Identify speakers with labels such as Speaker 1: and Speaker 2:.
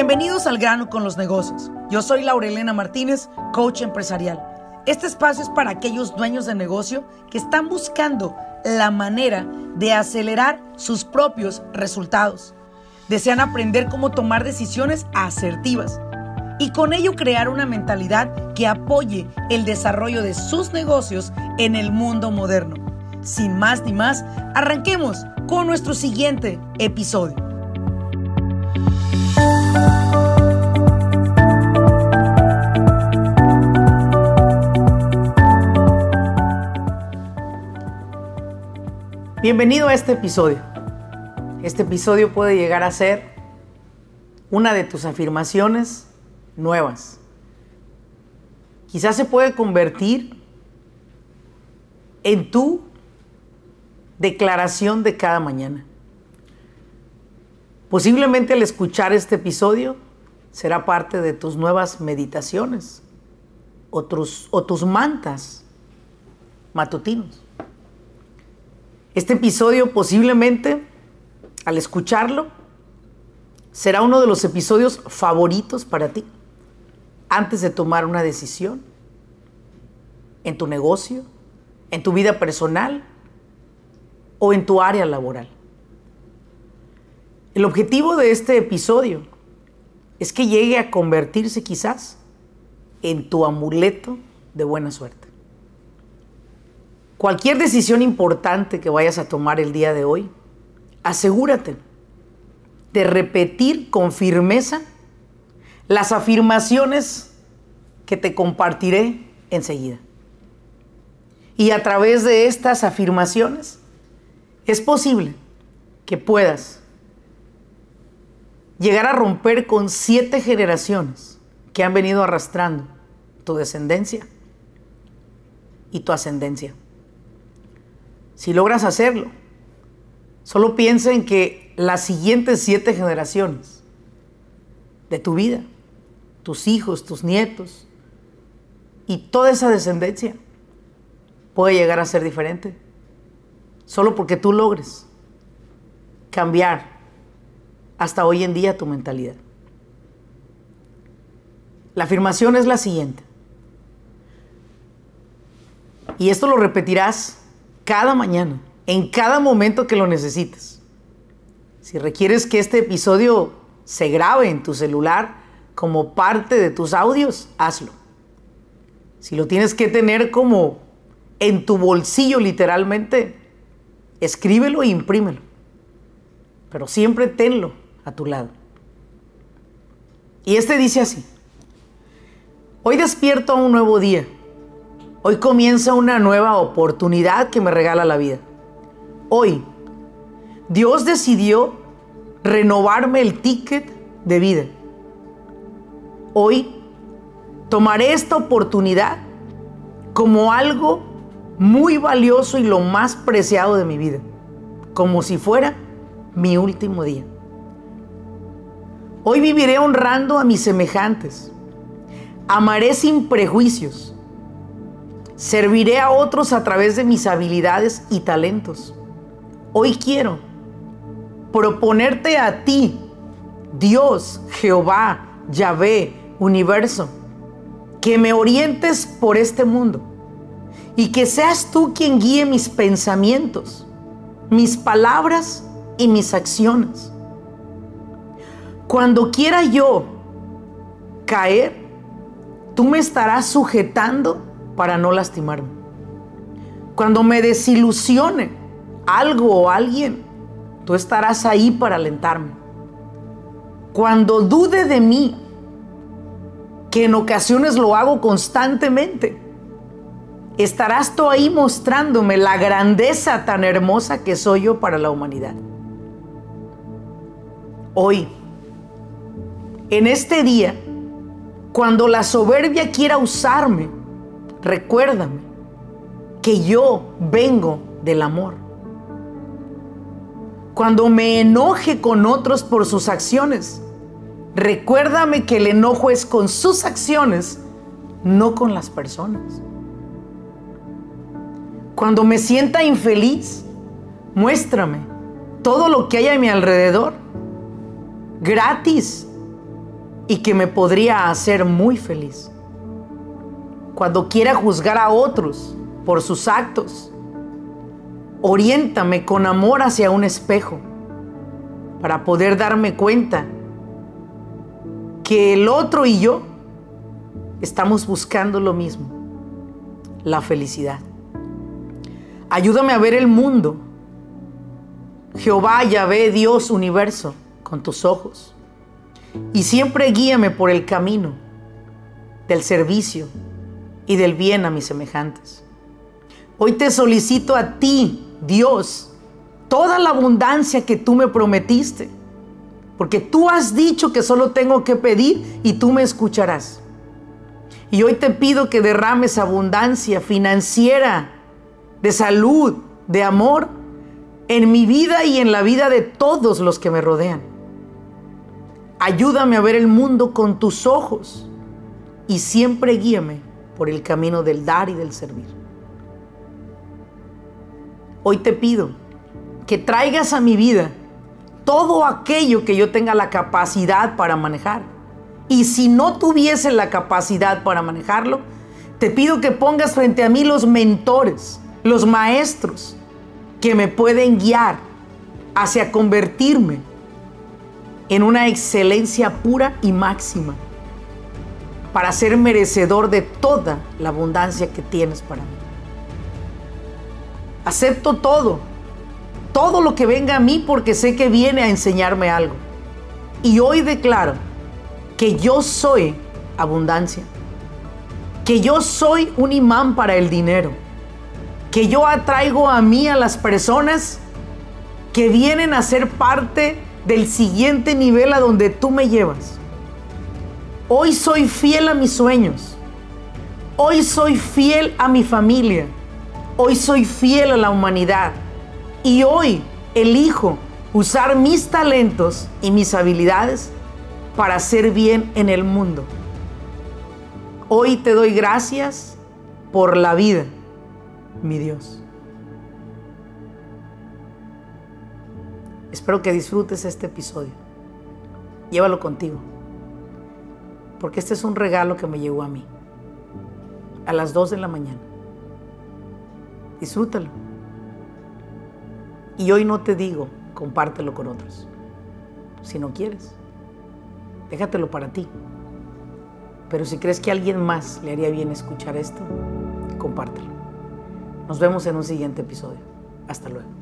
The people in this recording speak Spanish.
Speaker 1: Bienvenidos al grano con los negocios. Yo soy Laurelena Martínez, coach empresarial. Este espacio es para aquellos dueños de negocio que están buscando la manera de acelerar sus propios resultados. Desean aprender cómo tomar decisiones asertivas y con ello crear una mentalidad que apoye el desarrollo de sus negocios en el mundo moderno. Sin más ni más, arranquemos con nuestro siguiente episodio. Bienvenido a este episodio. Este episodio puede llegar a ser una de tus afirmaciones nuevas. Quizás se puede convertir en tu declaración de cada mañana. Posiblemente al escuchar este episodio será parte de tus nuevas meditaciones o tus mantras matutinos. Este episodio posiblemente, al escucharlo, será uno de los episodios favoritos para ti antes de tomar una decisión en tu negocio, en tu vida personal o en tu área laboral. El objetivo de este episodio es que llegue a convertirse quizás en tu amuleto de buena suerte. Cualquier decisión importante que vayas a tomar el día de hoy, asegúrate de repetir con firmeza las afirmaciones que te compartiré enseguida. Y a través de estas afirmaciones es posible que puedas llegar a romper con 7 generaciones que han venido arrastrando tu descendencia y tu ascendencia. Si logras hacerlo, solo piensa en que las siguientes 7 generaciones de tu vida, tus hijos, tus nietos y toda esa descendencia puede llegar a ser diferente. Solo porque tú logres cambiar hasta hoy en día tu mentalidad. La afirmación es la siguiente. Y esto lo repetirás cada mañana, en cada momento que lo necesites. Si requieres que este episodio se grabe en tu celular como parte de tus audios, hazlo. Si lo tienes que tener como en tu bolsillo literalmente, escríbelo e imprímelo. Pero siempre tenlo a tu lado. Y este dice así: hoy despierto a un nuevo día. Hoy comienza una nueva oportunidad que me regala la vida. Hoy, Dios decidió renovarme el ticket de vida. Hoy, tomaré esta oportunidad como algo muy valioso y lo más preciado de mi vida, como si fuera mi último día. Hoy viviré honrando a mis semejantes. Amaré sin prejuicios. Serviré a otros a través de mis habilidades y talentos. Hoy quiero proponerte a ti, Dios, Jehová, Yahvé, Universo, que me orientes por este mundo y que seas tú quien guíe mis pensamientos, mis palabras y mis acciones. Cuando quiera yo caer, tú me estarás sujetando para no lastimarme. Cuando me desilusione algo o alguien, tú estarás ahí para alentarme. Cuando dude de mí, que en ocasiones lo hago constantemente, estarás tú ahí mostrándome la grandeza tan hermosa que soy yo para la humanidad. Hoy, en este día, cuando la soberbia quiera usarme, recuérdame que yo vengo del amor. Cuando me enoje con otros por sus acciones, recuérdame que el enojo es con sus acciones, no con las personas. Cuando me sienta infeliz, muéstrame todo lo que hay a mi alrededor, gratis, y que me podría hacer muy feliz. Cuando quiera juzgar a otros por sus actos, oriéntame con amor hacia un espejo para poder darme cuenta que el otro y yo estamos buscando lo mismo, la felicidad. Ayúdame a ver el mundo, Jehová, Yahvé, Dios, universo, con tus ojos. Y siempre guíame por el camino del servicio y del bien a mis semejantes. Hoy te solicito a ti, Dios, toda la abundancia que tú me prometiste, porque tú has dicho que solo tengo que pedir y tú me escucharás. Y hoy te pido que derrames abundancia financiera, de salud, de amor, en mi vida y en la vida de todos los que me rodean. Ayúdame a ver el mundo con tus ojos y siempre guíame por el camino del dar y del servir. Hoy te pido que traigas a mi vida todo aquello que yo tenga la capacidad para manejar. Y si no tuviese la capacidad para manejarlo, te pido que pongas frente a mí los mentores, los maestros que me pueden guiar hacia convertirme en una excelencia pura y máxima para ser merecedor de toda la abundancia que tienes para mí. Acepto todo lo que venga a mí porque sé que viene a enseñarme algo. Y hoy declaro que yo soy abundancia, que yo soy un imán para el dinero, que yo atraigo a mí a las personas que vienen a ser parte del siguiente nivel a donde tú me llevas. Hoy soy fiel a mis sueños, hoy soy fiel a mi familia, hoy soy fiel a la humanidad y hoy elijo usar mis talentos y mis habilidades para hacer bien en el mundo. Hoy te doy gracias por la vida, mi Dios. Espero que disfrutes este episodio. Llévalo contigo, porque este es un regalo que me llegó a mí a las 2 de la mañana. Disfrútalo. Y hoy no te digo, compártelo con otros. Si no quieres, déjatelo para ti. Pero si crees que a alguien más le haría bien escuchar esto, compártelo. Nos vemos en un siguiente episodio. Hasta luego.